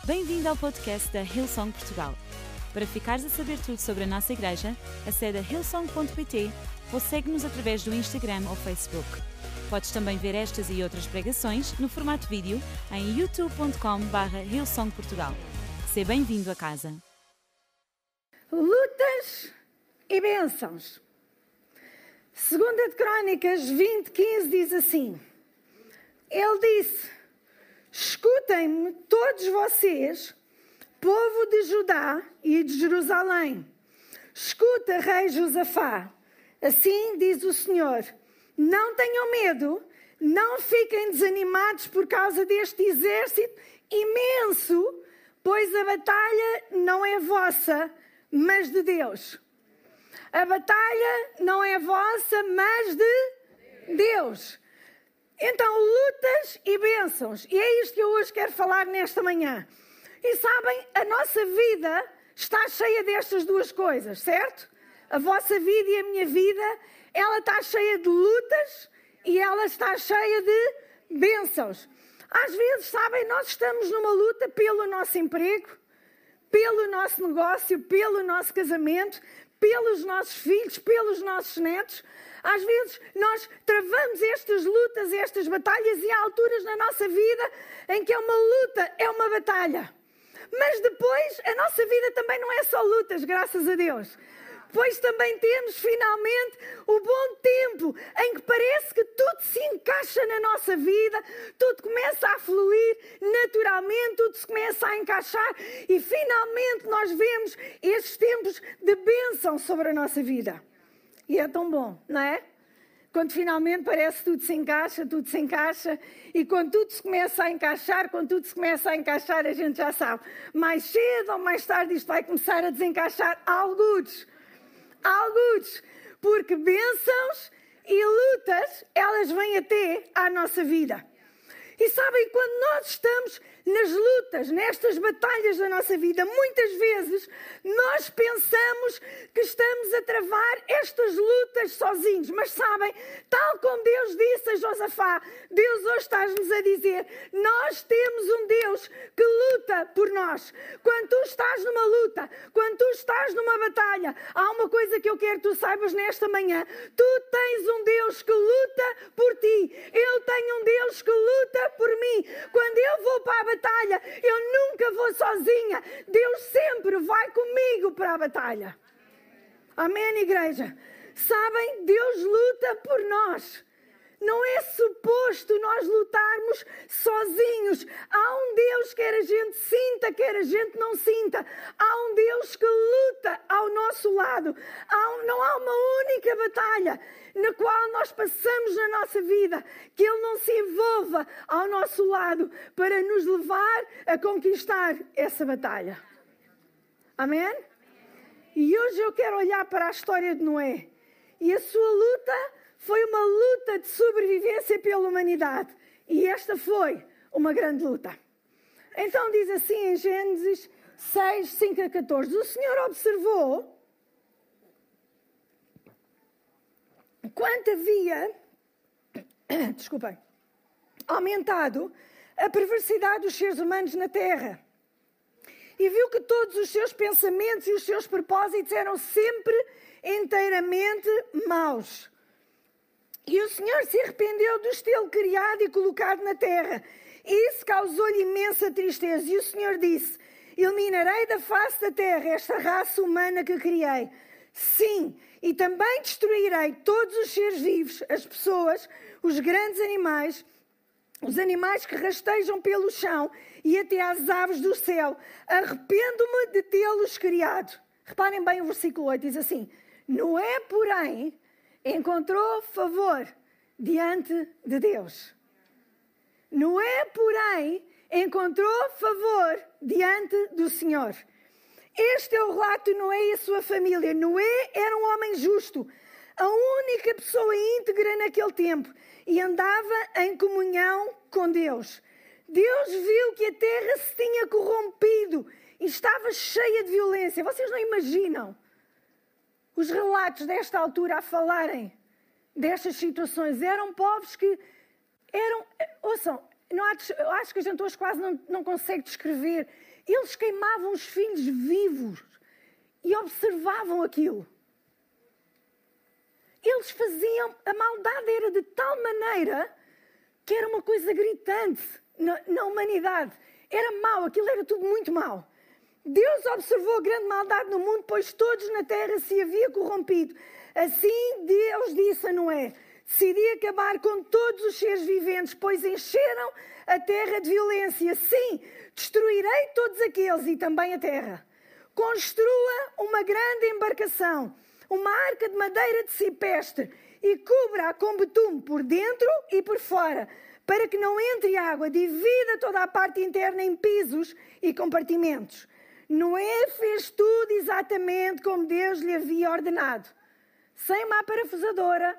Bem-vindo ao podcast da Hillsong Portugal. Para ficares a saber tudo sobre a nossa igreja, acede a hillsong.pt ou segue-nos através do Instagram ou Facebook. Podes também ver estas e outras pregações no formato vídeo em youtube.com/hillsongportugal. Seja bem-vindo a casa. Lutas e bênçãos. 2 de Crônicas 20:15 diz assim: Ele disse: escutem-me todos vocês, povo de Judá e de Jerusalém. Escuta, rei Josafá. Assim diz o Senhor: não tenham medo, não fiquem desanimados por causa deste exército imenso, pois a batalha não é vossa, mas de Deus. A batalha não é vossa, mas de Deus. Então, lutas e bênçãos. E é isto que eu hoje quero falar nesta manhã. E sabem, a nossa vida está cheia destas duas coisas, certo? A vossa vida e a minha vida, ela está cheia de lutas e ela está cheia de bênçãos. Às vezes, sabem, nós estamos numa luta pelo nosso emprego, pelo nosso negócio, pelo nosso casamento, pelos nossos filhos, pelos nossos netos. Às vezes nós travamos estas lutas, estas batalhas, e há alturas na nossa vida em que é uma luta, é uma batalha. Mas depois a nossa vida também não é só lutas, graças a Deus. Pois também temos finalmente o bom tempo em que parece que tudo se encaixa na nossa vida, tudo começa a fluir naturalmente, tudo se começa a encaixar e finalmente nós vemos estes tempos de bênção sobre a nossa vida. E é tão bom, não é? Quando finalmente parece que tudo se encaixa e quando tudo se começa a encaixar, a gente já sabe, mais cedo ou mais tarde isto vai começar a desencaixar algures, porque bênçãos e lutas, elas vêm até à nossa vida. E sabem, quando nós estamos nas lutas, nestas batalhas da nossa vida, muitas vezes nós pensamos que estamos a travar estas lutas sozinhos. Mas sabem, tal como Deus disse a Josafá, Deus hoje está-nos a dizer, nós temos um Deus que luta por nós. Quando tu estás numa luta, quando tu estás numa batalha, há uma coisa que eu quero que tu saibas nesta manhã. Tu tens um Deus que luta por ti. Eu tenho um Deus que luta por mim. Quando eu vou para a batalha, eu nunca vou sozinha. Deus sempre vai comigo para a batalha. Amém, igreja? Sabem, Deus luta por nós. Não é suposto nós lutarmos sozinhos. Há um Deus, quer a gente sinta, quer a gente não sinta. Há um Deus que luta ao nosso lado. Não há uma única batalha na qual nós passamos na nossa vida que Ele não se envolva ao nosso lado para nos levar a conquistar essa batalha. Amém? E hoje eu quero olhar para a história de Noé. E a sua luta foi uma luta de sobrevivência pela humanidade. E esta foi uma grande luta. Então diz assim em Gênesis 6, 5 a 14. O Senhor observou quanto havia aumentado a perversidade dos seres humanos na terra. E viu que todos os seus pensamentos e os seus propósitos eram sempre inteiramente maus. E o Senhor se arrependeu dos tê-lo criado e colocado na terra. E isso causou-lhe imensa tristeza. E o Senhor disse: eliminarei da face da terra esta raça humana que criei. Sim, e também destruirei todos os seres vivos, as pessoas, os grandes animais, os animais que rastejam pelo chão e até às aves do céu. Arrependo-me de tê-los criado. Reparem bem o versículo 8, diz assim: Noé, porém, encontrou favor diante de Deus. Noé, porém, encontrou favor diante do Senhor. Este é o relato de Noé e a sua família. Noé era um homem justo, a única pessoa íntegra naquele tempo, e andava em comunhão com Deus. Deus viu que a terra se tinha corrompido e estava cheia de violência. Vocês não imaginam os relatos desta altura a falarem destas situações. Eram povos que eu acho que a gente hoje quase não consegue descrever. Eles queimavam os filhos vivos e observavam aquilo. Eles faziam, a maldade era de tal maneira que era uma coisa gritante na humanidade. Era mau, aquilo era tudo muito mau. Deus observou a grande maldade no mundo, pois todos na terra se haviam corrompido. Assim Deus disse a Noé: decidi acabar com todos os seres viventes, pois encheram a terra de violência. Sim, destruirei todos aqueles e também a terra. Construa uma grande embarcação, uma arca de madeira de cipestre, e cubra-a com betume por dentro e por fora, para que não entre água. Divida toda a parte interna em pisos e compartimentos. Noé fez tudo exatamente como Deus lhe havia ordenado. Sem má parafusadora.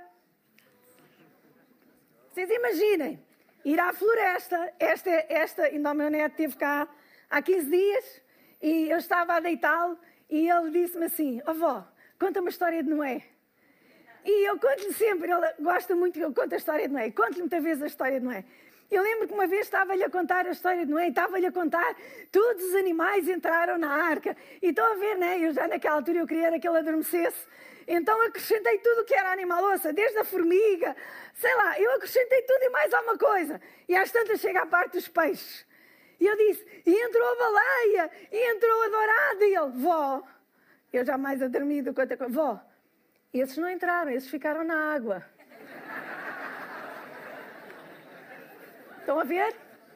Vocês imaginem, ir à floresta. Ainda o meu neto esteve cá há 15 dias e eu estava a deitá-lo e ele disse-me assim: avó, conta uma história de Noé. E eu conto-lhe sempre, ele gosta muito que eu conte a história de Noé. Conto-lhe muitas vezes a história de Noé. Eu lembro que uma vez estava-lhe a contar a história de Noé, estava-lhe a contar, todos os animais entraram na arca. E estão a ver, né? Eu já naquela altura eu queria que ele adormecesse. Então acrescentei tudo o que era animal-ossa, desde a formiga, sei lá, eu acrescentei tudo e mais alguma coisa. E às tantas chega a parte dos peixes. E eu disse, e entrou a baleia, e entrou a dourada. E ele, vó, eu já mais adormido quanto a coisa, vó, esses não entraram, esses ficaram na água. Estão a ver?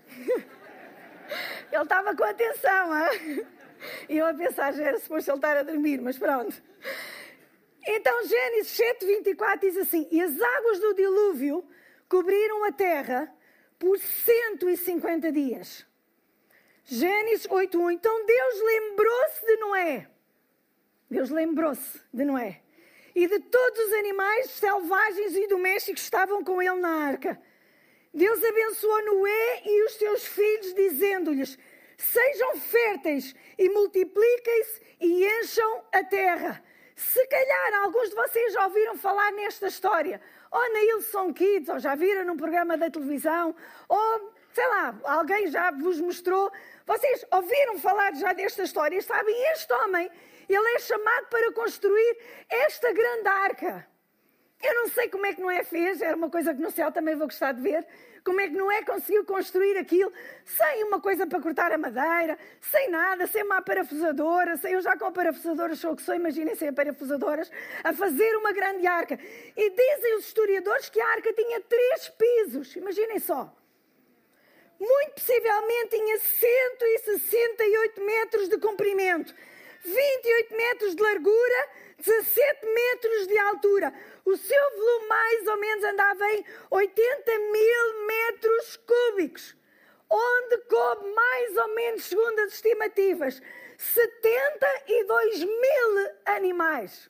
Ele estava com atenção, hein? E eu a pensar, já era suposto ele estar a dormir, mas pronto. Então, Gênesis 7:24 diz assim: e as águas do dilúvio cobriram a terra por 150 dias. Gênesis 8:1. Então Deus lembrou-se de Noé. Deus lembrou-se de Noé. E de todos os animais selvagens e domésticos que estavam com ele na arca. Deus abençoou Noé e os seus filhos, dizendo-lhes: sejam férteis e multipliquem-se e encham a terra. Se calhar alguns de vocês já ouviram falar nesta história, ou na Hillsong Kids, ou já viram num programa da televisão, ou, sei lá, alguém já vos mostrou. Vocês ouviram falar já desta história? Sabem, este homem, ele é chamado para construir esta grande arca. Eu não sei como é que Noé fez, era uma coisa que no céu também vou gostar de ver, como é que Noé conseguiu construir aquilo sem uma coisa para cortar a madeira, sem nada, sem uma parafusadora, sem eu já com parafusadoras sou o que sou, imaginem sem parafusadoras, a fazer uma grande arca. E dizem os historiadores que a arca tinha 3 pisos, imaginem só. Muito possivelmente tinha 168 metros de comprimento, 28 metros de largura, 17 metros de altura. O seu volume mais ou menos andava em 80 mil metros cúbicos, onde coube mais ou menos, segundo as estimativas, 72 mil animais.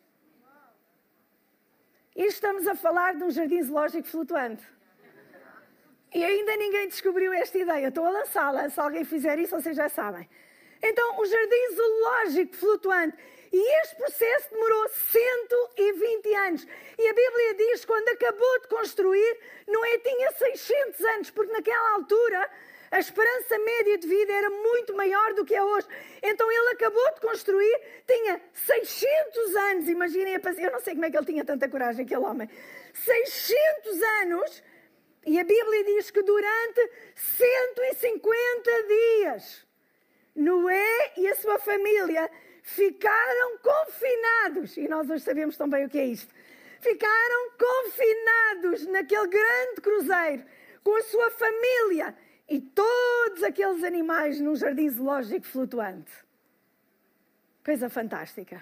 E estamos a falar de um jardim zoológico flutuante. E ainda ninguém descobriu esta ideia. Estou a lançá-la. Se alguém fizer isso, vocês já sabem. Então, um jardim zoológico flutuante. E este processo demorou 120 anos. E a Bíblia diz que quando acabou de construir, Noé tinha 600 anos, porque naquela altura a esperança média de vida era muito maior do que é hoje. Então ele acabou de construir, tinha 600 anos. Imaginem, eu não sei como é que ele tinha tanta coragem, aquele homem. 600 anos, e a Bíblia diz que durante 150 dias, Noé e a sua família ficaram confinados, e nós hoje sabemos tão bem o que é isto, ficaram confinados naquele grande cruzeiro, com a sua família e todos aqueles animais num jardim zoológico flutuante. Coisa fantástica.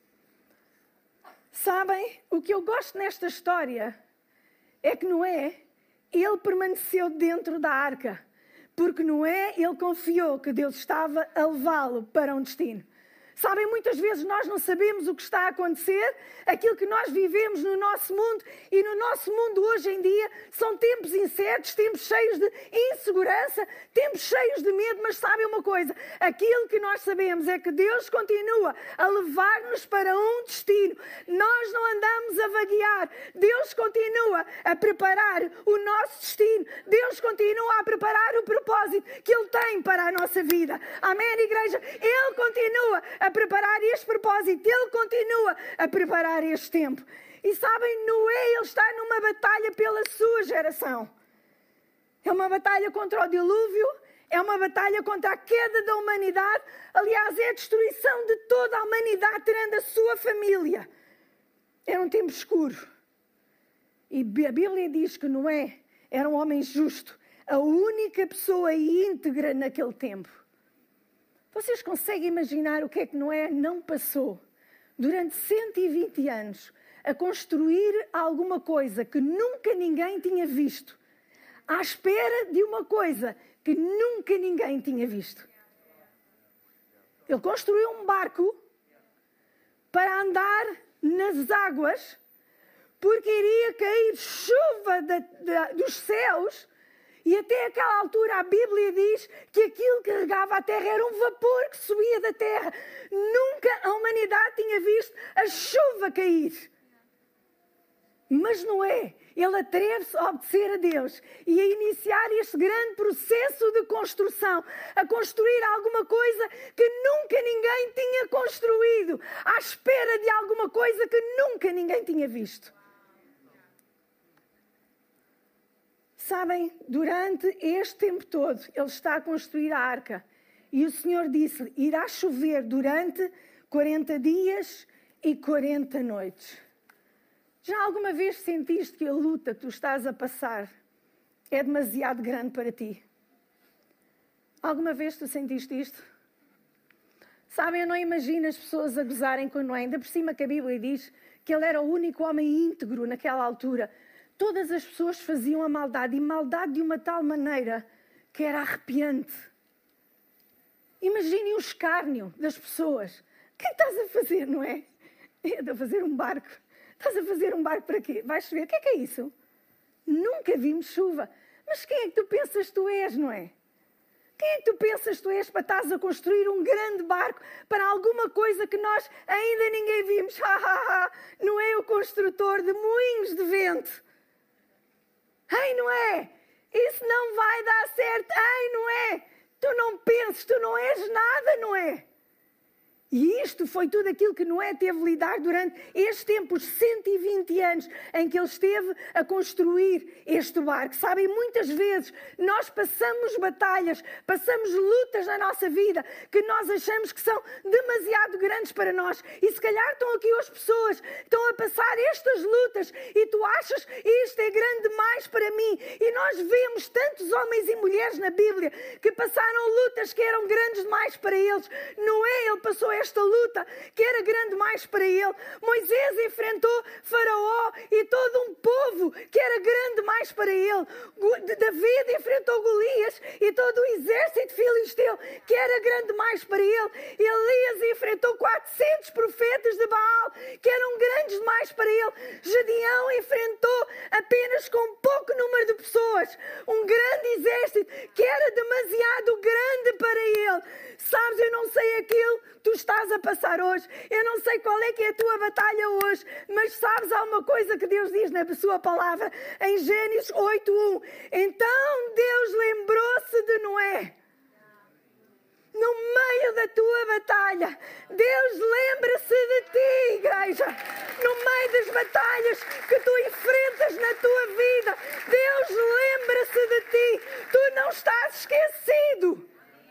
Sabem, o que eu gosto nesta história é que Noé, ele permaneceu dentro da arca, porque Noé, ele confiou que Deus estava a levá-lo para um destino. Sabem, muitas vezes nós não sabemos o que está a acontecer, aquilo que nós vivemos no nosso mundo, e no nosso mundo hoje em dia são tempos incertos, tempos cheios de insegurança, tempos cheios de medo, mas sabem uma coisa, aquilo que nós sabemos é que Deus continua a levar-nos para um destino. Nós não andamos a vaguear, Deus continua a preparar o nosso destino, Deus continua a preparar o propósito que Ele tem para a nossa vida. Amém, igreja? Ele continua a preparar este propósito, Ele continua a preparar este tempo. E sabem, Noé, ele está numa batalha pela sua geração. É uma batalha contra o dilúvio, é uma batalha contra a queda da humanidade. Aliás, é a destruição de toda a humanidade, tirando a sua família. Era um tempo escuro. E a Bíblia diz que Noé era um homem justo, a única pessoa íntegra naquele tempo. Vocês conseguem imaginar o que é que Noé não passou durante 120 anos a construir alguma coisa que nunca ninguém tinha visto, à espera de uma coisa que nunca ninguém tinha visto? Ele construiu um barco para andar nas águas, porque iria cair chuva dos céus. E até aquela altura a Bíblia diz que aquilo que regava a terra era um vapor que subia da terra. Nunca a humanidade tinha visto a chuva cair. Mas Noé, ele atreve-se a obedecer a Deus e a iniciar este grande processo de construção, a construir alguma coisa que nunca ninguém tinha construído, à espera de alguma coisa que nunca ninguém tinha visto. Sabem, durante este tempo todo, ele está a construir a arca. E o Senhor disse-lhe, irá chover durante 40 dias e 40 noites. Já alguma vez sentiste que a luta que tu estás a passar é demasiado grande para ti? Alguma vez tu sentiste isto? Sabem, eu não imagino as pessoas a gozarem com Noé. Ainda por cima que a Bíblia diz que ele era o único homem íntegro naquela altura. Todas as pessoas faziam a maldade, e maldade de uma tal maneira que era arrepiante. Imaginem o escárnio das pessoas. O que é que estás a fazer, não é? Estou a fazer um barco. Estás a fazer um barco para quê? Vais chover. O que é isso? Nunca vimos chuva. Mas quem é que tu pensas que tu és, não é? Quem é que tu pensas que tu és para estás a construir um grande barco para alguma coisa que nós ainda ninguém vimos? Não é o construtor de moinhos de vento. Ei, não é? Isso não vai dar certo. Ei, não é? Tu não penses, tu não és nada, não é? E isto foi tudo aquilo que Noé teve de lidar durante este tempo, os 120 anos em que ele esteve a construir este barco. Sabem, muitas vezes nós passamos batalhas, passamos lutas na nossa vida que nós achamos que são demasiado grandes para nós. E se calhar estão aqui hoje pessoas que estão a passar estas lutas e tu achas que isto é grande demais para mim. E nós vemos tantos homens e mulheres na Bíblia que passaram lutas que eram grandes demais para eles. Noé, ele passou esta luta que era grande demais para ele. Moisés enfrentou Faraó e todo um povo que era grande demais para ele. David enfrentou Golias e todo o exército filisteu que era grande demais para ele. Elias enfrentou 400 profetas de Baal que eram grandes demais para ele. Gedeão enfrentou apenas com pouco número de pessoas um grande exército que era demasiado grande para ele. Sabes, eu não sei aquilo que tu estás a passar hoje. Eu não sei qual é que é a tua batalha hoje. Mas sabes, há uma coisa que Deus diz na sua palavra. Em Gênesis 8:1. Então Deus lembrou-se de Noé. No meio da tua batalha, Deus lembra-se de ti, igreja. No meio das batalhas que tu enfrentas na tua vida, Deus lembra-se de ti. Tu não estás esquecido.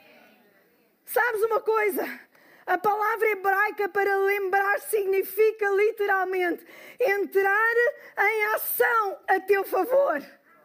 Sabes uma coisa? A palavra hebraica para lembrar significa literalmente entrar em ação a teu favor.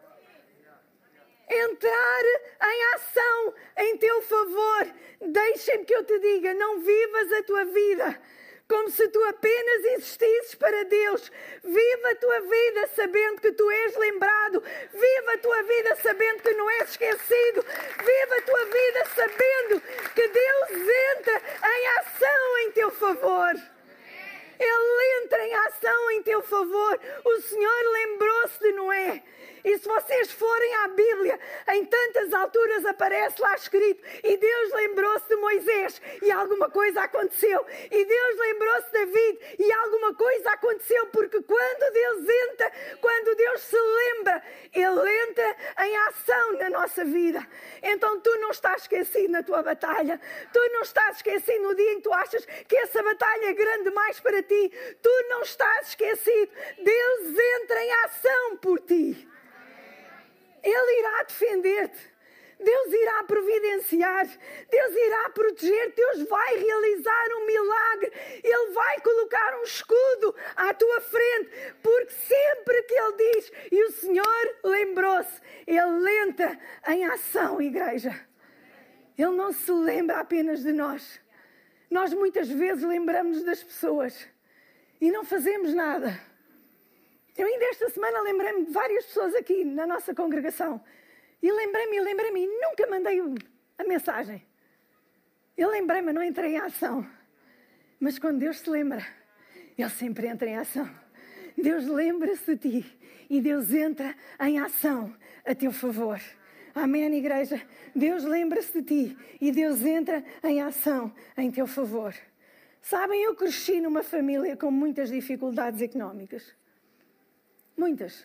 Entrar em ação em teu favor. Deixa-me que eu te diga, não vivas a tua vida como se tu apenas existisses para Deus. Viva a tua vida sabendo que tu és lembrado. Viva a tua vida sabendo que não és esquecido. Viva a tua vida sabendo que Deus entra em ação em teu favor. Ele entra em ação em teu favor. O Senhor lembrou-se de Noé. E se vocês forem à Bíblia, em tantas alturas aparece lá escrito: e Deus lembrou-se de Moisés e alguma coisa aconteceu. E Deus lembrou-se de David e alguma coisa aconteceu. Porque quando Deus entra, quando Deus se lembra, Ele entra em ação na nossa vida. Então tu não estás esquecido na tua batalha. Tu não estás esquecido no dia em que tu achas que essa batalha é grande demais para ti. Tu não estás esquecido. Deus entra em ação por ti. Ele irá defender-te. Deus irá providenciar. Deus irá proteger-te. Deus vai realizar um milagre. Ele vai colocar um escudo à tua frente. Porque sempre que Ele diz, e o Senhor lembrou-se, Ele entra em ação, igreja. Ele não se lembra apenas de nós. Nós muitas vezes lembramos das pessoas e não fazemos nada. Eu ainda esta semana lembrei-me de várias pessoas aqui na nossa congregação. E lembrei-me e nunca mandei a mensagem. Eu lembrei-me, não entrei em ação. Mas quando Deus se lembra, Ele sempre entra em ação. Deus lembra-se de ti e Deus entra em ação a teu favor. Amém, igreja? Deus lembra-se de ti e Deus entra em ação em teu favor. Sabem, eu cresci numa família com muitas dificuldades económicas. Muitas.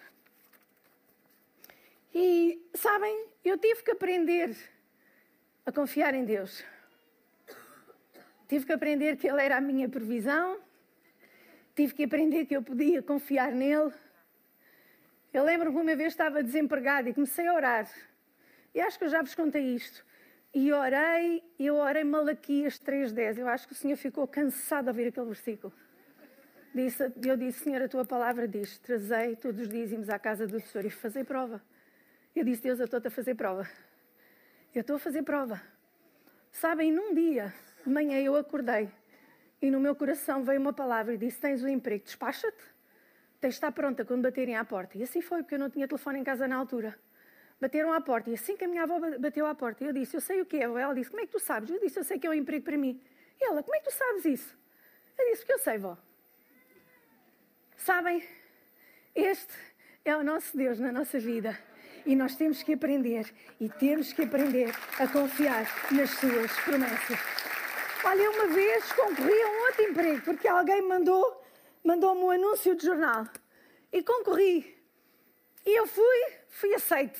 E, sabem, eu tive que aprender a confiar em Deus. Tive que aprender que Ele era a minha provisão. Tive que aprender que eu podia confiar nele. Eu lembro que uma vez estava desempregada e comecei a orar. E acho que eu já vos contei isto. E eu orei Malaquias 3:10. Eu acho que o Senhor ficou cansado de ouvir aquele versículo. Eu disse, Senhor, a tua palavra diz, trazei todos os dízimos à casa do tesouro e fazei prova. Eu disse, Deus, eu estou-te a fazer prova. Eu estou a fazer prova. Sabem, num dia, de manhã eu acordei e no meu coração veio uma palavra e disse, tens um emprego, despacha-te. Tens de estar pronta quando baterem à porta. E assim foi, porque eu não tinha telefone em casa na altura. Bateram à porta e assim que a minha avó bateu à porta, eu disse, eu sei o que é. Ela disse, como é que tu sabes? Eu disse, eu sei que é um emprego para mim. E ela, como é que tu sabes isso? Eu disse, porque eu sei, vó. Sabem, este é o nosso Deus na nossa vida. E nós temos que aprender, e temos que aprender a confiar nas suas promessas. Olha, uma vez concorri a um outro emprego, porque alguém mandou-me um anúncio de jornal. E concorri. E eu fui aceite.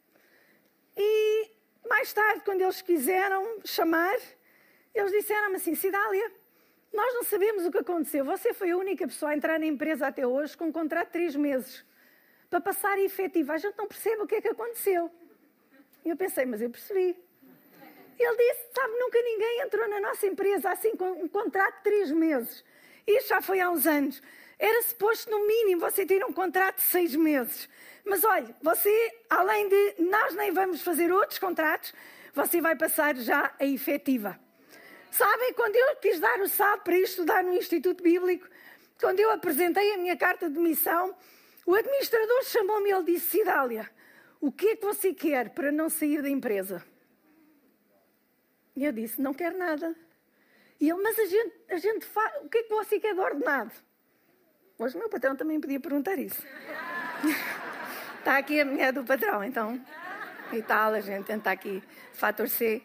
E mais tarde, quando eles quiseram chamar, eles disseram-me assim, Cidália, nós não sabemos o que aconteceu. Você foi a única pessoa a entrar na empresa até hoje com um contrato de 3 meses. Para passar a efetivo. A gente não percebe o que é que aconteceu. E eu pensei, mas eu percebi. Ele disse, sabe, nunca ninguém entrou na nossa empresa assim com um contrato de 3 meses. Isto já foi há uns anos. Era suposto, no mínimo, você ter um contrato de 6 meses. Mas olha, você, além de nós nem vamos fazer outros contratos, você vai passar já a efetiva. Sabem, quando eu quis dar o salto para ir estudar no Instituto Bíblico, quando eu apresentei a minha carta de missão, o administrador chamou-me e ele disse, Cidália, o que é que você quer para não sair da empresa? E eu disse, não quero nada. E ele, mas a gente faz, o que é que você quer de ordenado? Hoje o meu patrão também podia perguntar isso. Está aqui a mulher do patrão, então. E tal, a gente tenta aqui, fator C.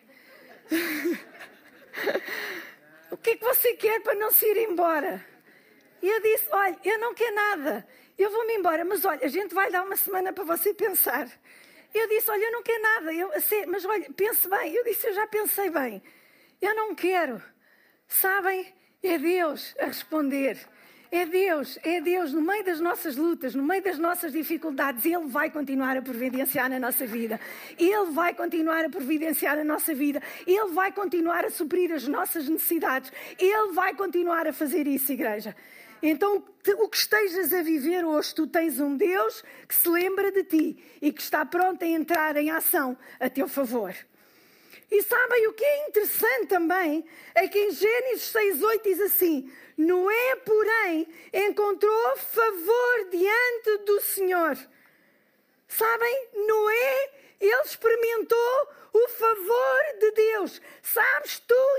O que é que você quer para não se ir embora? E eu disse, olha, eu não quero nada. Eu vou-me embora, mas olha, a gente vai dar uma semana para você pensar. Eu disse, olha, eu não quero nada. Mas olha, pense bem. Eu disse, eu já pensei bem. Eu não quero. Sabem, é Deus a responder. É Deus, no meio das nossas lutas, no meio das nossas dificuldades, Ele vai continuar a providenciar na nossa vida. Ele vai continuar a providenciar a nossa vida. Ele vai continuar a suprir as nossas necessidades. Ele vai continuar a fazer isso, igreja. Então, o que estejas a viver hoje, tu tens um Deus que se lembra de ti e que está pronto a entrar em ação a teu favor. E sabem o que é interessante também? É que em Gênesis 6:8 diz assim, Noé, porém, encontrou favor diante do Senhor. Sabem, Noé, ele experimentou o favor de Deus. Sabes, tu e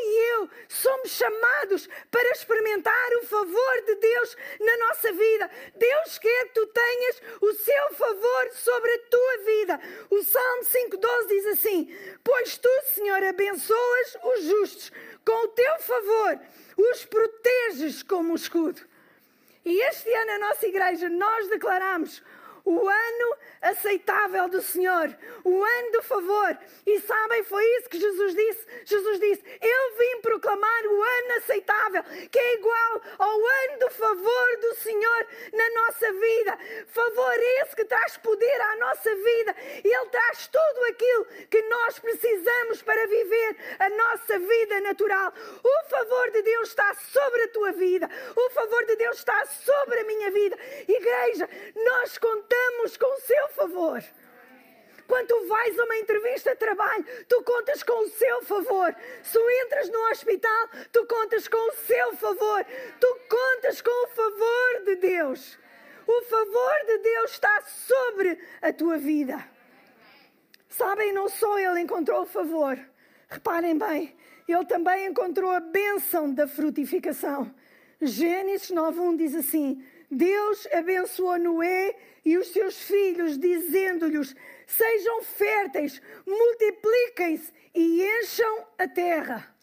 eu somos chamados para experimentar o favor de Deus na nossa vida. Deus quer que tu tenhas o seu favor sobre a tua vida. O Salmo 5,12 diz assim: pois tu, Senhor, abençoas os justos, com o teu favor os proteges como um escudo. E este ano, na nossa igreja, nós declaramos o ano aceitável do Senhor, o ano do favor. E sabem, foi isso que Jesus disse. Jesus disse: eu vim proclamar o ano aceitável, que é igual ao ano do favor do Senhor na nossa vida. Favor esse que traz poder à nossa vida. Ele traz tudo aquilo que nós precisamos para viver a nossa vida natural. O favor de Deus está sobre a tua vida. O favor de Deus está sobre a minha vida. Igreja, nós contamos com o seu favor. Quando tu vais a uma entrevista de trabalho, tu contas com o seu favor. Se tu entras no hospital, tu contas com o seu favor. Tu contas com o favor de Deus. O favor de Deus está sobre a tua vida. Sabem, não só ele encontrou o favor. Reparem bem, ele também encontrou a bênção da frutificação. Gênesis 9:1 diz assim: Deus abençoou Noé e os seus filhos, dizendo-lhes: sejam férteis, multipliquem-se e encham a terra.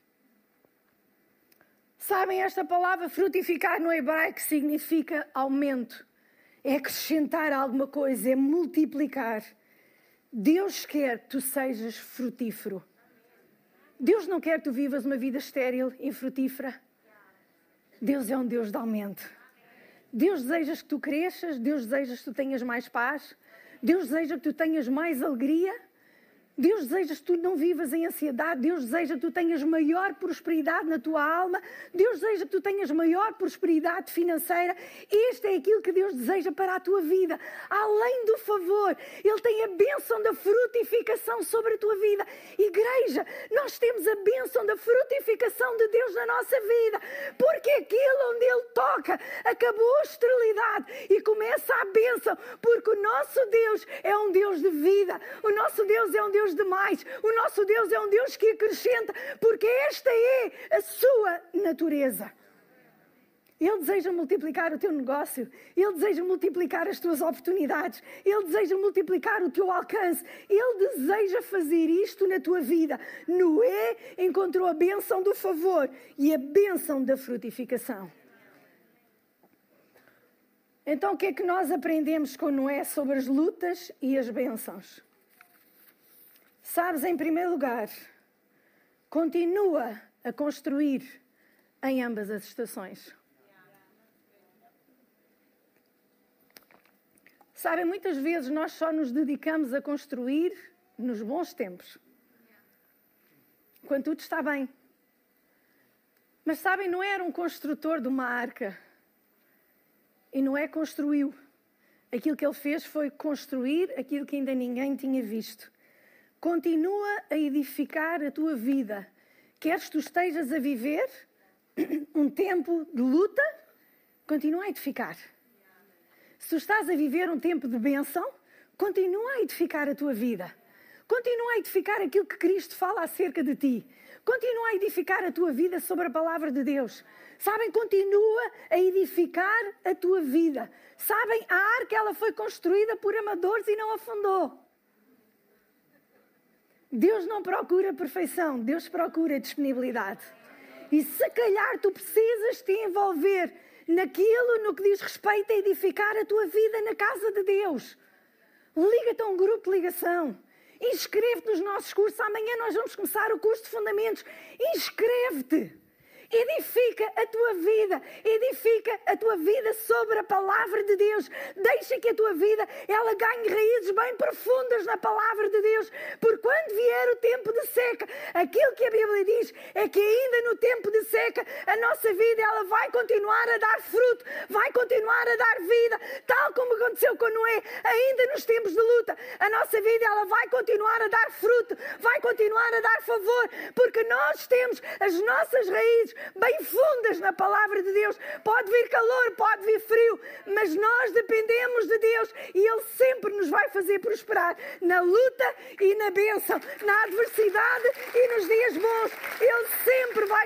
Sabem, esta palavra frutificar no hebraico significa aumento. É acrescentar alguma coisa, é multiplicar. Deus quer que tu sejas frutífero. Deus não quer que tu vivas uma vida estéril, infrutífera. Deus é um Deus de aumento. Deus deseja que tu cresças, Deus deseja que tu tenhas mais paz, Deus deseja que tu tenhas mais alegria, Deus deseja que tu não vivas em ansiedade, Deus deseja que tu tenhas maior prosperidade na tua alma, Deus deseja que tu tenhas maior prosperidade financeira. Isto é aquilo que Deus deseja para a tua vida. Além do favor, Ele tem a bênção da frutificação sobre a tua vida. Igreja, nós temos a bênção da frutificação de Deus na nossa vida, porque aquilo onde Ele toca, acabou a esterilidade e começa a bênção, porque o nosso Deus é um Deus de vida, o nosso Deus é um Deus demais. O nosso Deus é um Deus que acrescenta, porque esta é a sua natureza. Ele deseja multiplicar o teu negócio, Ele deseja multiplicar as tuas oportunidades, Ele deseja multiplicar o teu alcance, Ele deseja fazer isto na tua vida. Noé encontrou a bênção do favor e a bênção da frutificação. Então, o que é que nós aprendemos com Noé sobre as lutas e as bênçãos? Sabes, em primeiro lugar, continua a construir em ambas as estações. Sabem, muitas vezes nós só nos dedicamos a construir nos bons tempos, quando tudo está bem. Mas sabem, não era um construtor de uma arca. E Noé construiu. Aquilo que ele fez foi construir aquilo que ainda ninguém tinha visto. Continua a edificar a tua vida. Queres que tu estejas a viver um tempo de luta? Continua a edificar. Se tu estás a viver um tempo de bênção, continua a edificar a tua vida. Continua a edificar aquilo que Cristo fala acerca de ti. Continua a edificar a tua vida sobre a palavra de Deus. Sabem, continua a edificar a tua vida. Sabem, a arca ela foi construída por amadores e não afundou. Deus não procura perfeição, Deus procura disponibilidade. E se calhar tu precisas te envolver naquilo no que diz respeito a edificar a tua vida na casa de Deus. Liga-te a um grupo de ligação. Inscreve-te nos nossos cursos. Amanhã nós vamos começar o curso de fundamentos. Inscreve-te. Edifica a tua vida. Edifica a tua vida sobre a palavra de Deus. Deixa que a tua vida ela ganhe raízes bem profundas na palavra de Deus. Porque quando vier o tempo de seca, aquilo que a Bíblia diz é que ainda no tempo de seca, a nossa vida ela vai continuar a dar fruto, vai continuar a dar vida, tal como aconteceu com Noé, ainda nos tempos de luta. A nossa vida ela vai continuar a dar fruto, vai continuar a dar favor, porque nós temos as nossas raízes bem fundas na palavra de Deus. Pode vir calor, pode vir frio, mas nós dependemos de Deus e Ele sempre nos vai fazer prosperar na luta e na bênção, na adversidade e nos dias bons. Ele sempre vai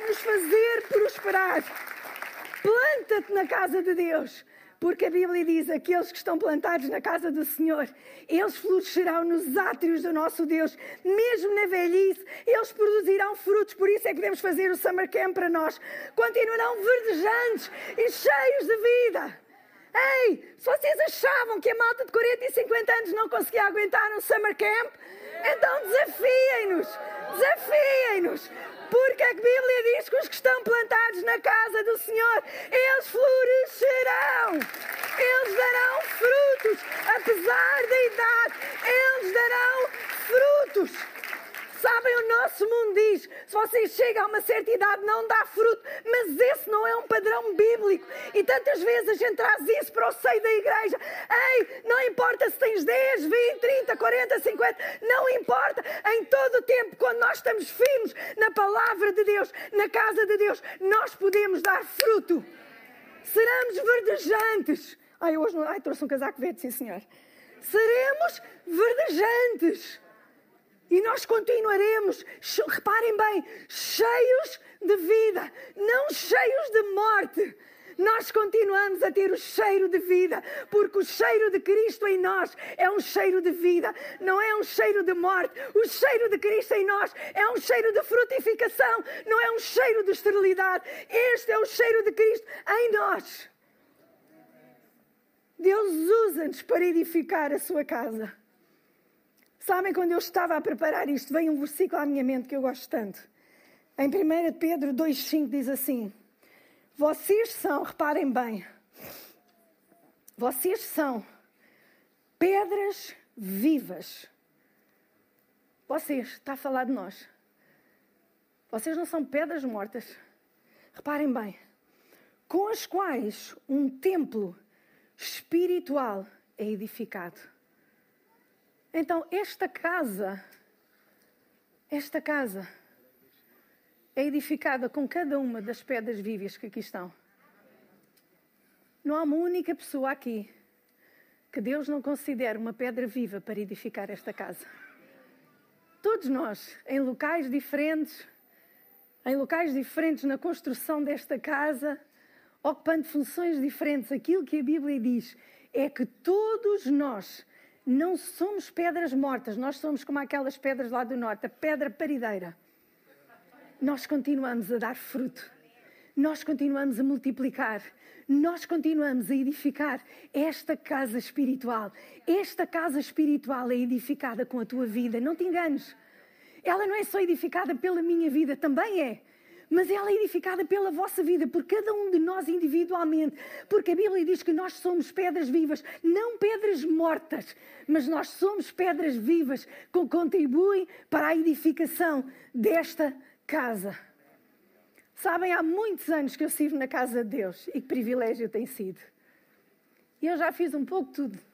Planta-te na casa de Deus. Porque a Bíblia diz, aqueles que estão plantados na casa do Senhor, eles florescerão nos átrios do nosso Deus. Mesmo na velhice, eles produzirão frutos. Por isso é que devemos fazer o Summer Camp para nós. Continuarão verdejantes e cheios de vida. Ei, se vocês achavam que a malta de 40 e 50 anos não conseguia aguentar um Summer Camp, então desafiem-nos. Desafiem-nos. Porque a Bíblia diz que os que estão plantados na casa do Senhor, eles florescerão. Eles darão frutos. Apesar da idade, eles darão frutos. Sabem, o nosso mundo diz, se vocês chegam a uma certa idade não dá fruto, mas esse não é um padrão bíblico. E tantas vezes a gente traz isso para o seio da igreja. Ei, não importa se tens 10, 20, 30, 40, 50, não importa. Em todo o tempo, quando nós estamos firmes na palavra de Deus, na casa de Deus, nós podemos dar fruto. Seremos verdejantes. Hoje não, trouxe um casaco verde, sim senhor. Seremos verdejantes. E nós continuaremos, reparem bem, cheios de vida, não cheios de morte. Nós continuamos a ter o cheiro de vida, porque o cheiro de Cristo em nós é um cheiro de vida, não é um cheiro de morte. O cheiro de Cristo em nós é um cheiro de frutificação, não é um cheiro de esterilidade. Este é o cheiro de Cristo em nós. Deus usa-nos para edificar a sua casa. Sabem, quando eu estava a preparar isto, veio um versículo à minha mente que eu gosto tanto. Em 1 Pedro 2,5 diz assim, vocês são, reparem bem, vocês são pedras vivas. Vocês, está a falar de nós. Vocês não são pedras mortas. Reparem bem, com as quais um templo espiritual é edificado. Então, esta casa é edificada com cada uma das pedras vivas que aqui estão. Não há uma única pessoa aqui que Deus não considere uma pedra viva para edificar esta casa. Todos nós, em locais diferentes na construção desta casa, ocupando funções diferentes, aquilo que a Bíblia diz é que todos nós não somos pedras mortas, nós somos como aquelas pedras lá do norte, a pedra parideira. Nós continuamos a dar fruto, nós continuamos a multiplicar, nós continuamos a edificar esta casa espiritual. Esta casa espiritual é edificada com a tua vida, não te enganes. Ela não é só edificada pela minha vida, também é. Mas ela é edificada pela vossa vida, por cada um de nós individualmente. Porque a Bíblia diz que nós somos pedras vivas, não pedras mortas, mas nós somos pedras vivas que contribuem para a edificação desta casa. Sabem, há muitos anos que eu sirvo na casa de Deus e que privilégio tem sido. E eu já fiz um pouco de tudo.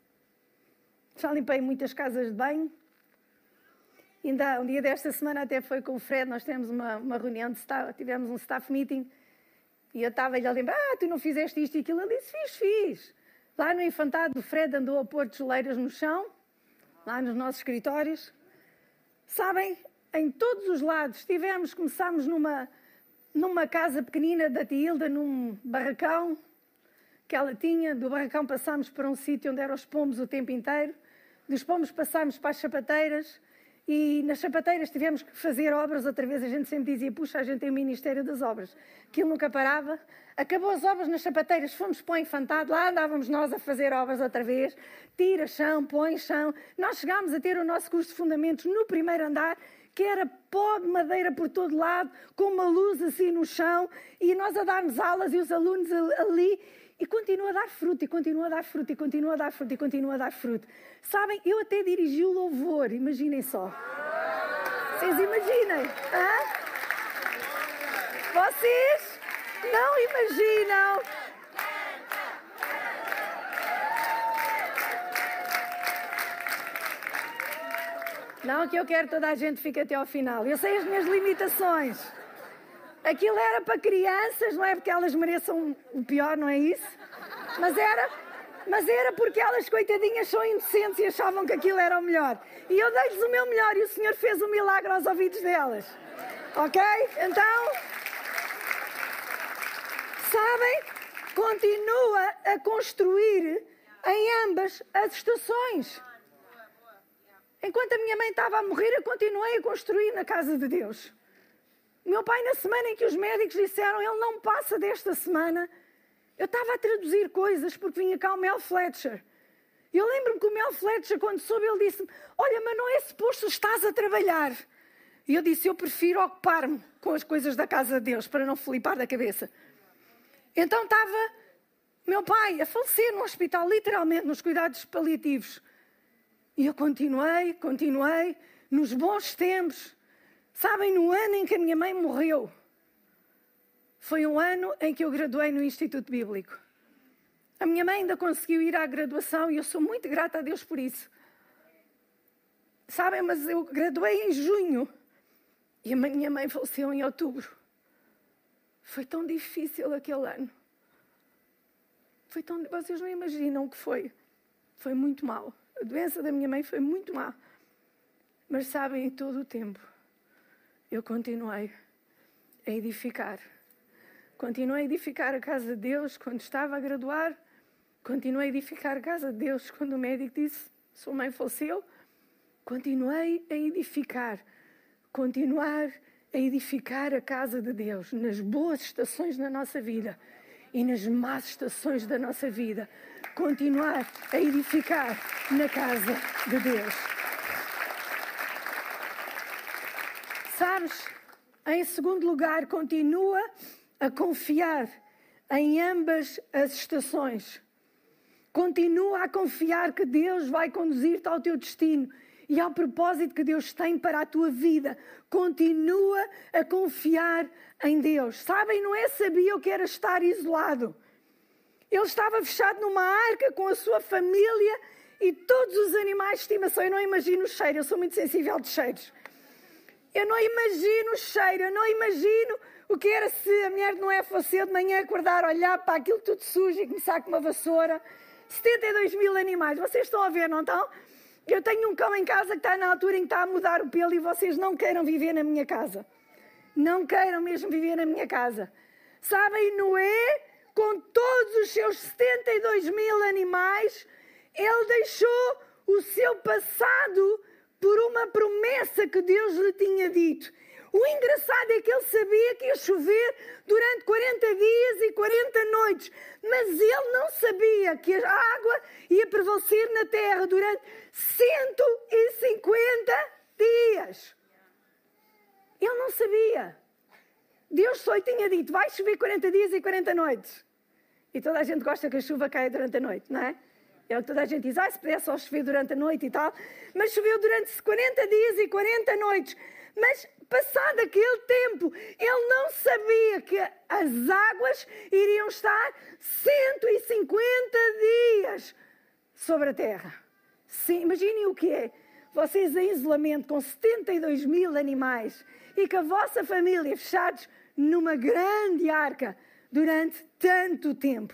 Já limpei muitas casas de banho. Ainda um dia desta semana até foi com o Fred, nós tivemos uma reunião, tivemos um staff meeting e eu estava-lhe a lembrar, tu não fizeste isto e aquilo. Ele disse, fiz. Lá no infantado o Fred andou a pôr tijoleiras no chão, lá nos nossos escritórios. Sabem, em todos os lados, começámos numa casa pequenina da tia Hilda, num barracão que ela tinha. Do barracão passámos para um sítio onde eram os pombos o tempo inteiro. Dos pombos passámos para as sapateiras. E nas sapateiras tivemos que fazer obras outra vez. A gente sempre dizia, puxa, a gente tem o Ministério das Obras. Aquilo nunca parava. Acabou as obras nas sapateiras, fomos para o infantado, lá andávamos nós a fazer obras outra vez. Tira chão, põe chão. Nós chegámos a ter o nosso curso de fundamentos no primeiro andar, que era pó de madeira por todo lado, com uma luz assim no chão, e nós a darmos aulas e os alunos ali. E continua a dar fruto, e continua a dar fruto, e continua a dar fruto, e continua a dar fruto. Sabem, eu até dirigi o louvor, imaginem só. Vocês imaginem, hã? Vocês não imaginam. Não que eu quero toda a gente fique até ao final. Eu sei as minhas limitações. Aquilo era para crianças, não é porque elas mereçam o pior, não é isso? Mas era porque elas, coitadinhas, são inocentes e achavam que aquilo era o melhor. E eu dei-lhes o meu melhor e o Senhor fez um milagre aos ouvidos delas. Ok? Então, sabem, continua a construir em ambas as estações. Enquanto a minha mãe estava a morrer, eu continuei a construir na casa de Deus. Meu pai, na semana em que os médicos disseram, ele não passa desta semana, eu estava a traduzir coisas porque vinha cá o Mel Fletcher. Eu lembro-me que o Mel Fletcher, quando soube, ele disse-me, olha, mas não é suposto estás a trabalhar. E eu disse, eu prefiro ocupar-me com as coisas da casa de Deus, para não flipar da cabeça. Então estava meu pai a falecer no hospital, literalmente, nos cuidados paliativos. E eu continuei, nos bons tempos. Sabem, no ano em que a minha mãe morreu, foi um ano em que eu graduei no Instituto Bíblico. A minha mãe ainda conseguiu ir à graduação e eu sou muito grata a Deus por isso. Sabem, mas eu graduei em junho e a minha mãe faleceu em outubro. Foi tão difícil aquele ano. Vocês não imaginam o que foi. Foi muito mal. A doença da minha mãe foi muito má. Mas sabem, em todo o tempo, eu continuei a edificar. Continuei a edificar a casa de Deus quando estava a graduar. Continuei a edificar a casa de Deus quando o médico disse, sua mãe faleceu. Continuei a edificar. Continuar a edificar a casa de Deus nas boas estações da nossa vida e nas más estações da nossa vida. Continuar a edificar na casa de Deus. Sabes, em segundo lugar, continua a confiar em ambas as estações. Continua a confiar que Deus vai conduzir-te ao teu destino e ao propósito que Deus tem para a tua vida. Continua a confiar em Deus. Sabem, Noé sabia o que era estar isolado. Ele estava fechado numa arca com a sua família e todos os animais de estimação. Eu não imagino o cheiro, eu sou muito sensível de cheiros. Eu não imagino o cheiro, eu não imagino o que era se a mulher de Noé fosse eu de manhã acordar, olhar para aquilo tudo sujo e começar com uma vassoura. 72 mil animais, vocês estão a ver, não estão? Eu tenho um cão em casa que está na altura em que está a mudar o pelo e vocês não queiram viver na minha casa. Não queiram mesmo viver na minha casa. Sabem, Noé, com todos os seus 72 mil animais, ele deixou o seu passado por uma promessa que Deus lhe tinha dito. O engraçado é que ele sabia que ia chover durante 40 dias e 40 noites, mas ele não sabia que a água ia prevalecer na terra durante 150 dias. Ele não sabia. Deus só lhe tinha dito, vai chover 40 dias e 40 noites. E toda a gente gosta que a chuva caia durante a noite, não é? É o que toda a gente diz, se pudesse só chover durante a noite e tal. Mas choveu durante 40 dias e 40 noites. Mas, passado aquele tempo, ele não sabia que as águas iriam estar 150 dias sobre a terra. Sim, imaginem o que é. Vocês em isolamento com 72 mil animais e com a vossa família fechados numa grande arca durante tanto tempo.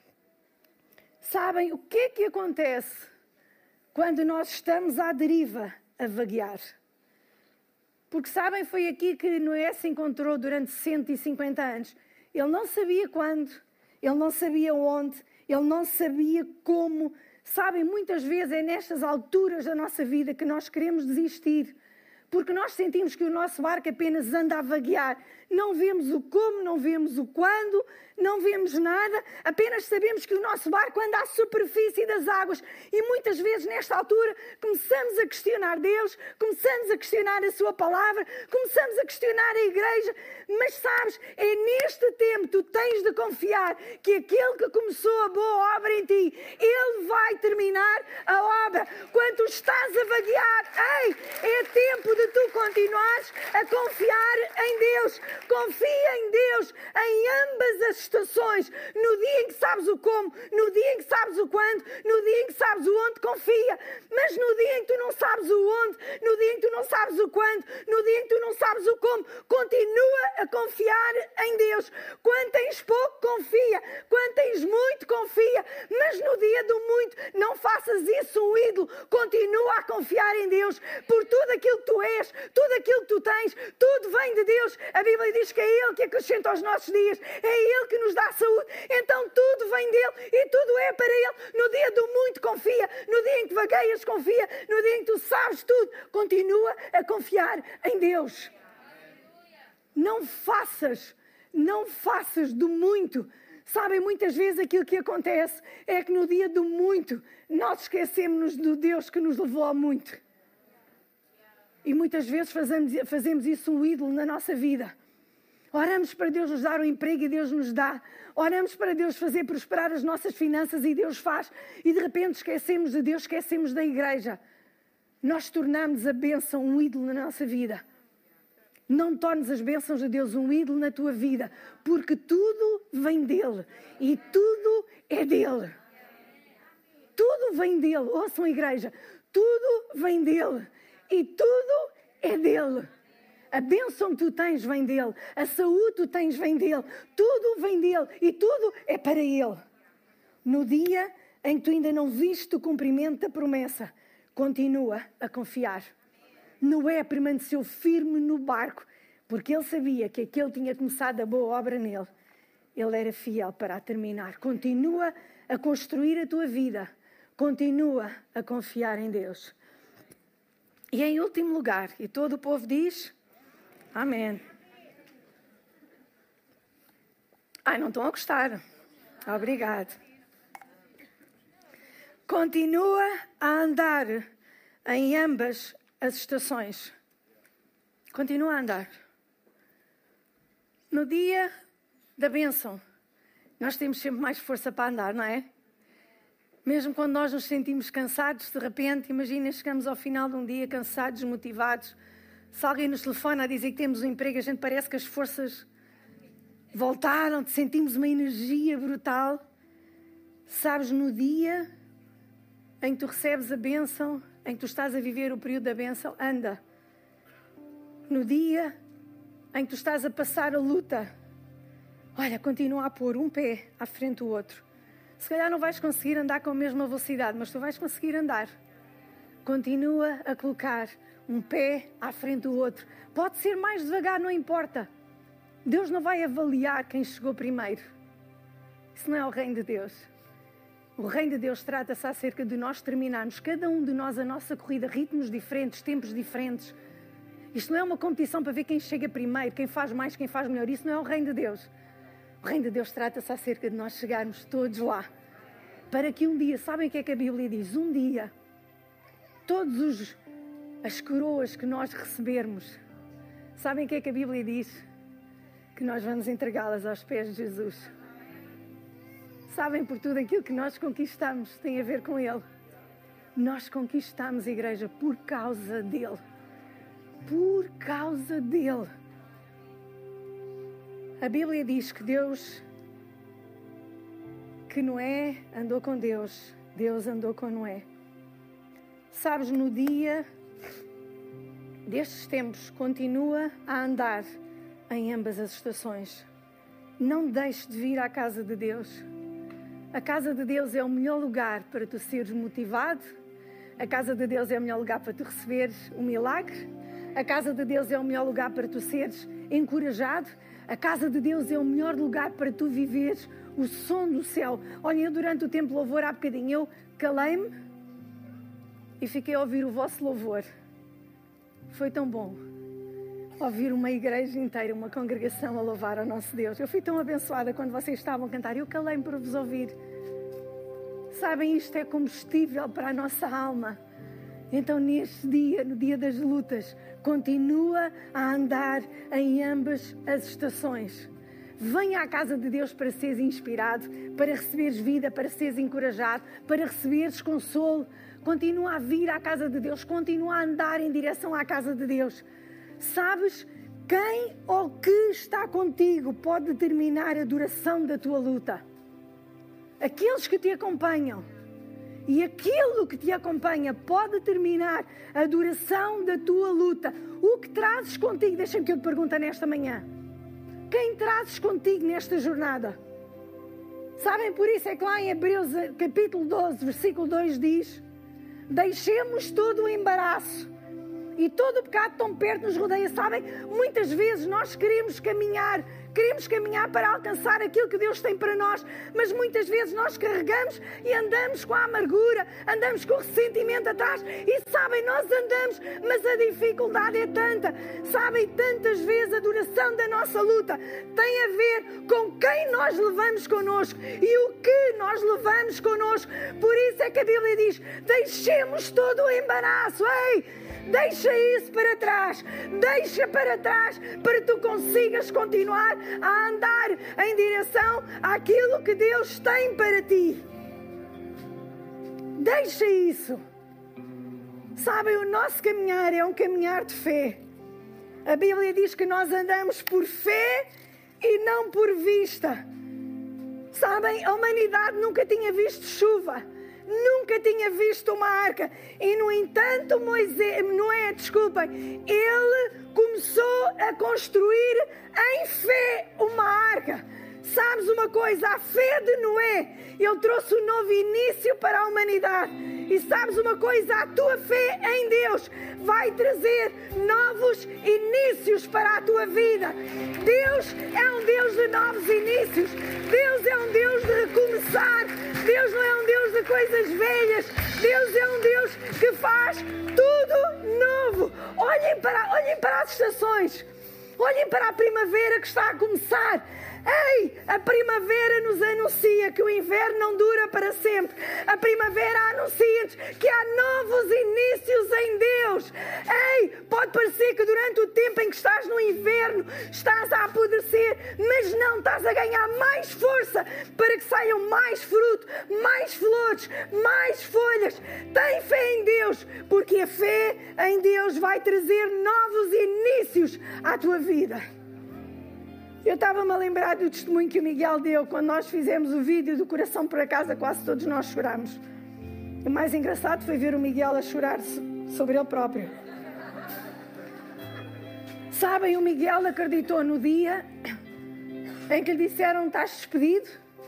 Sabem o que é que acontece quando nós estamos à deriva a vaguear? Porque sabem, foi aqui que Noé se encontrou durante 150 anos. Ele não sabia quando, ele não sabia onde, ele não sabia como. Sabem, muitas vezes é nestas alturas da nossa vida que nós queremos desistir. Porque nós sentimos que o nosso barco apenas anda a vaguear. Não vemos o como, não vemos o quando, não vemos nada. Apenas sabemos que o nosso barco anda à superfície das águas. E muitas vezes, nesta altura, começamos a questionar Deus, começamos a questionar a sua palavra, começamos a questionar a igreja. Mas sabes, é neste tempo que tu tens de confiar que aquele que começou a boa obra em ti, ele vai terminar a obra. Quando tu estás a vaguear, é tempo de tu continuares a confiar em Deus. Confia em Deus em ambas as estações. No dia em que sabes o como, no dia em que sabes o quando, no dia em que sabes o onde, confia. Mas no dia em que tu não sabes o onde, no dia em que tu não sabes o quando, no dia em que tu não sabes o como, continua a confiar em Deus. Quando tens pouco, confia. Quando tens muito, confia. Mas no dia do muito, não faças isso um ídolo. Continua a confiar em Deus por tudo aquilo que tu és. és, tudo aquilo que tu tens, tudo vem de Deus. A Bíblia diz que é Ele que acrescenta aos nossos dias, é Ele que nos dá saúde. Então tudo vem dEle e tudo é para Ele. No dia do muito confia, no dia em que vagueias confia, no dia em que tu sabes tudo, continua a confiar em Deus. Não faças do muito. Sabem, muitas vezes aquilo que acontece é que no dia do muito, nós esquecemos-nos do Deus que nos levou ao muito. E muitas vezes fazemos isso um ídolo na nossa vida. Oramos para Deus nos dar um emprego e Deus nos dá. Oramos para Deus fazer prosperar as nossas finanças e Deus faz. E de repente esquecemos de Deus, esquecemos da igreja. Nós tornamos a bênção um ídolo na nossa vida. Não tornes as bênçãos de Deus um ídolo na tua vida, porque tudo vem dEle e tudo é dEle. Tudo vem dEle. Ouçam, igreja, tudo vem dEle e tudo é dEle. A bênção que tu tens vem dEle, a saúde que tu tens vem dEle, tudo vem dEle e tudo é para Ele. No dia em que tu ainda não viste o cumprimento da promessa, continua a confiar. Noé permaneceu firme no barco, porque ele sabia que aquele tinha começado a boa obra nele. Ele era fiel para a terminar. Continua a construir a tua vida. Continua a confiar em Deus. E em último lugar, e todo o povo diz, amém. Ai, não estão a gostar. Obrigado. Continua a andar em ambas as estações. Continua a andar. No dia da bênção, nós temos sempre mais força para andar, não é? Mesmo quando nós nos sentimos cansados, de repente, imagina, chegamos ao final de um dia cansados, desmotivados. Se alguém nos telefona a dizer que temos um emprego, a gente parece que as forças voltaram, sentimos uma energia brutal. Sabes, no dia em que tu recebes a bênção, em que tu estás a viver o período da bênção, anda. No dia em que tu estás a passar a luta, olha, continua a pôr um pé à frente do outro. Se calhar não vais conseguir andar com a mesma velocidade, mas tu vais conseguir andar. Continua a colocar um pé à frente do outro. Pode ser mais devagar, não importa. Deus não vai avaliar quem chegou primeiro. Isso não é o reino de Deus. O reino de Deus trata-se acerca de nós terminarmos, cada um de nós, a nossa corrida, ritmos diferentes, tempos diferentes. Isto não é uma competição para ver quem chega primeiro, quem faz mais, quem faz melhor. Isso não é o reino de Deus. O reino de Deus trata-se acerca de nós chegarmos todos lá. Para que um dia, sabem o que é que a Bíblia diz? Um dia, todas as coroas que nós recebermos, sabem o que é que a Bíblia diz? Que nós vamos entregá-las aos pés de Jesus. Sabem, por tudo aquilo que nós conquistamos tem a ver com Ele. Nós conquistamos, igreja, por causa dEle. Por causa dEle. A Bíblia diz que que Noé andou com Deus, Deus andou com Noé. Sabes, no dia destes tempos, continua a andar em ambas as estações. Não deixes de vir à casa de Deus. A casa de Deus é o melhor lugar para tu seres motivado. A casa de Deus é o melhor lugar para tu receberes um milagre. A casa de Deus é o melhor lugar para tu seres encorajado. A casa de Deus é o melhor lugar para tu viveres o som do céu. Olha, eu durante o tempo de louvor, há bocadinho, eu calei-me e fiquei a ouvir o vosso louvor. Foi tão bom ouvir uma igreja inteira, uma congregação a louvar ao nosso Deus. Eu fui tão abençoada quando vocês estavam a cantar. Eu calei-me para vos ouvir. Sabem, isto é combustível para a nossa alma. Então, neste dia, no dia das lutas, continua a andar em ambas as estações. Venha à casa de Deus para seres inspirado, para receberes vida, para seres encorajado, para receberes consolo. Continua a vir à casa de Deus, continua a andar em direção à casa de Deus. Sabes, quem ou que está contigo pode determinar a duração da tua luta. Aqueles que te acompanham. E aquilo que te acompanha pode determinar a duração da tua luta. O que trazes contigo? Deixa-me que eu te pergunte nesta manhã. Quem trazes contigo nesta jornada? Sabem, por isso é que lá em Hebreus capítulo 12, versículo 2 diz: deixemos todo o embaraço, E todo o pecado tão perto nos rodeia, sabem? Muitas vezes nós queremos caminhar para alcançar aquilo que Deus tem para nós, mas muitas vezes nós carregamos e andamos com a amargura, andamos com o ressentimento atrás e sabem, nós andamos, mas a dificuldade é tanta, sabem, tantas vezes a duração da nossa luta tem a ver com quem nós levamos connosco e o que nós levamos connosco. Por isso é que a Bíblia diz, deixemos todo o embaraço, deixa isso para trás, deixa para trás para que tu consigas continuar a andar em direção àquilo que Deus tem para ti. Deixa isso. Sabem, o nosso caminhar é um caminhar de fé. A Bíblia diz que nós andamos por fé e não por vista. Sabem, a humanidade nunca tinha visto chuva. Nunca tinha visto uma arca. E, no entanto, ele começou a construir em fé uma arca. Sabes uma coisa? A fé de Noé, ele trouxe um novo início para a humanidade. E sabes uma coisa? A tua fé em Deus vai trazer novos inícios para a tua vida. Deus é um Deus de novos inícios. Deus é um Deus de recomeçar. Deus não é um Deus de coisas velhas. Deus é um Deus que faz tudo novo. Olhem para as estações. Olhem para a primavera que está a começar. A primavera nos anuncia que o inverno não dura para sempre. A primavera anuncia-nos que há novos inícios em Deus. Pode parecer que durante o tempo em que estás no inverno estás a apodrecer, mas não, estás a ganhar mais força para que saiam mais fruto, mais flores, mais folhas. Tem fé em Deus, porque a fé em Deus vai trazer novos inícios à tua vida. Eu estava-me a lembrar do testemunho que o Miguel deu quando nós fizemos o vídeo do Coração para Casa, quase todos nós chorámos. O mais engraçado foi ver o Miguel a chorar sobre ele próprio. Sabem, o Miguel acreditou no dia em que lhe disseram, estás despedido.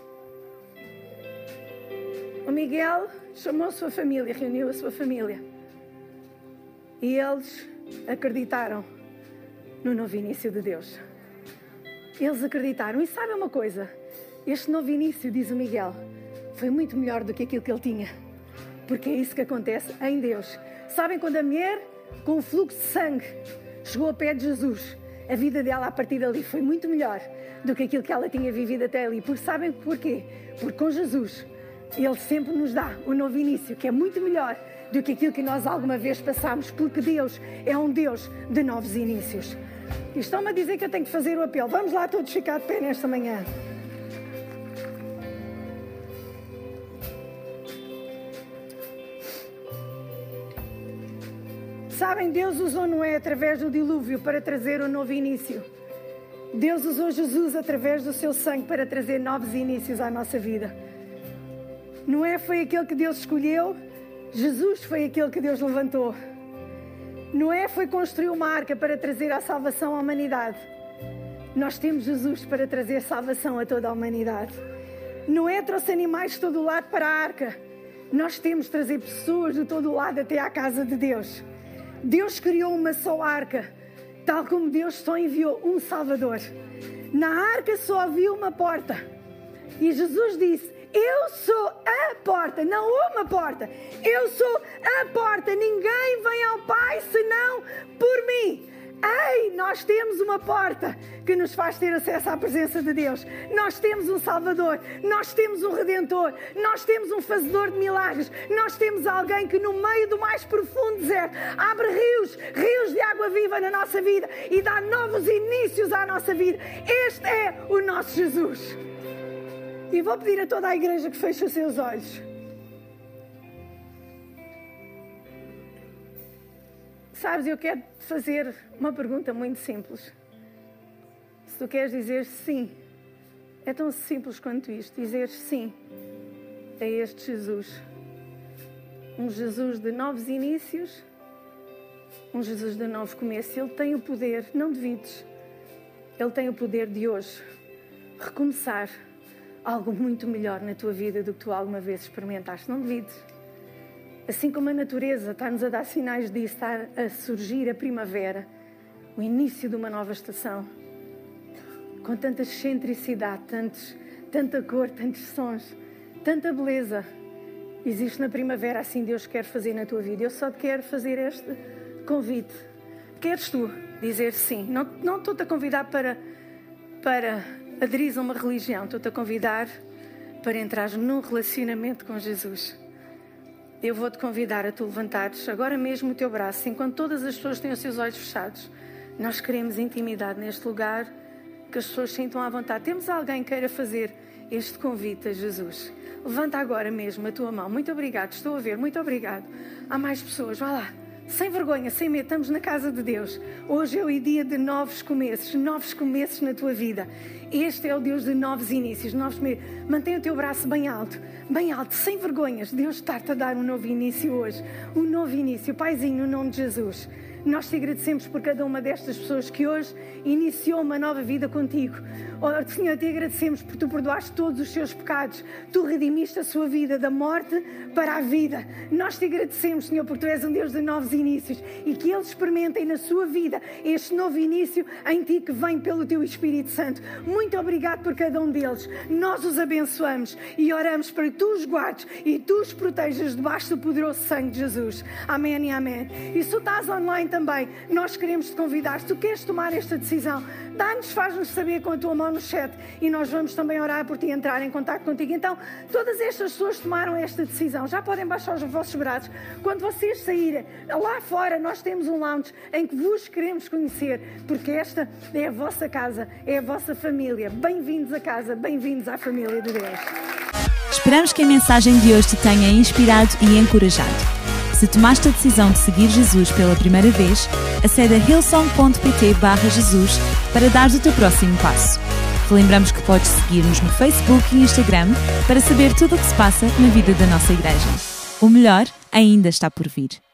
O Miguel chamou a sua família, reuniu a sua família. E eles acreditaram no novo início de Deus. Eles acreditaram. E sabem uma coisa? Este novo início, diz o Miguel, foi muito melhor do que aquilo que ele tinha. Porque é isso que acontece em Deus. Sabem, quando a mulher com o fluxo de sangue chegou ao pé de Jesus, a vida dela a partir dali foi muito melhor do que aquilo que ela tinha vivido até ali. Porque sabem porquê? Porque com Jesus, Ele sempre nos dá um novo início, que é muito melhor do que aquilo que nós alguma vez passámos. Porque Deus é um Deus de novos inícios. E estão-me a dizer que eu tenho que fazer o apelo. Vamos lá todos ficar de pé nesta manhã. Sabem, Deus usou Noé através do dilúvio para trazer um novo início. Deus usou Jesus através do seu sangue para trazer novos inícios à nossa vida. Noé foi aquele que Deus escolheu. Jesus foi aquele que Deus levantou. Noé foi construir uma arca para trazer a salvação à humanidade. Nós temos Jesus para trazer salvação a toda a humanidade. Noé trouxe animais de todo o lado para a arca. Nós temos de trazer pessoas de todo o lado até à casa de Deus. Deus criou uma só arca, tal como Deus só enviou um Salvador. Na arca só havia uma porta. E Jesus disse, eu sou a porta, não uma porta. Eu sou a porta. Ninguém vem ao Pai senão por mim. Nós temos uma porta que nos faz ter acesso à presença de Deus. Nós temos um Salvador. Nós temos um Redentor. Nós temos um fazedor de milagres. Nós temos alguém que no meio do mais profundo deserto abre rios de água viva na nossa vida e dá novos inícios à nossa vida. Este é o nosso Jesus. E vou pedir a toda a igreja que feche os seus olhos. Sabes, eu quero fazer uma pergunta muito simples. Se tu queres dizer sim, é tão simples quanto isto. Dizer sim a este Jesus. Um Jesus de novos inícios, um Jesus de novo começo. Ele tem o poder, não duvides, Ele tem o poder de hoje recomeçar algo muito melhor na tua vida do que tu alguma vez experimentaste. Não duvides. Assim como a natureza está-nos a dar sinais disso, está a surgir a primavera, o início de uma nova estação, com tanta excentricidade, tanta cor, tantos sons, tanta beleza. Existe na primavera, assim Deus quer fazer na tua vida. Eu só te quero fazer este convite. Queres tu dizer sim? Não estou-te a convidar para aderir a uma religião, estou-te a convidar para entrares num relacionamento com Jesus. Eu vou-te convidar a tu levantares agora mesmo o teu braço, enquanto todas as pessoas têm os seus olhos fechados. Nós queremos intimidade neste lugar, que as pessoas sintam à vontade. Temos alguém que queira fazer este convite a Jesus? Levanta agora mesmo a tua mão. Muito obrigado, estou a ver, muito obrigado. Há mais pessoas, vá lá. Sem vergonha, sem medo, estamos na casa de Deus. Hoje é o dia de novos começos na tua vida. Este é o Deus de novos inícios, novos começos. Mantém o teu braço bem alto, sem vergonhas. Deus está-te a dar um novo início hoje. Um novo início. Paizinho, no nome de Jesus. Nós te agradecemos por cada uma destas pessoas que hoje iniciou uma nova vida contigo. Oh, Senhor, te agradecemos porque tu perdoaste todos os seus pecados. Tu redimiste a sua vida da morte para a vida. Nós te agradecemos, Senhor, porque tu és um Deus de novos inícios e que eles experimentem na sua vida este novo início em ti que vem pelo teu Espírito Santo. Muito obrigado por cada um deles. Nós os abençoamos e oramos para que tu os guardes e tu os protejas debaixo do poderoso sangue de Jesus. Amém e amém. E se tu estás online também, nós queremos te convidar. Se tu queres tomar esta decisão, faz-nos saber com a tua mão no chat e nós vamos também orar por ti, entrar em contato contigo. Então, todas estas pessoas tomaram esta decisão. Já podem baixar os vossos braços. Quando vocês saírem, lá fora nós temos um lounge em que vos queremos conhecer, porque esta é a vossa casa, é a vossa família. Bem-vindos a casa, bem-vindos à família de Deus. Esperamos que a mensagem de hoje te tenha inspirado e encorajado. Se tomaste a decisão de seguir Jesus pela primeira vez, acede a hillsong.pt/Jesus para dar o teu próximo passo. Relembramos que podes seguir-nos no Facebook e Instagram para saber tudo o que se passa na vida da nossa igreja. O melhor ainda está por vir.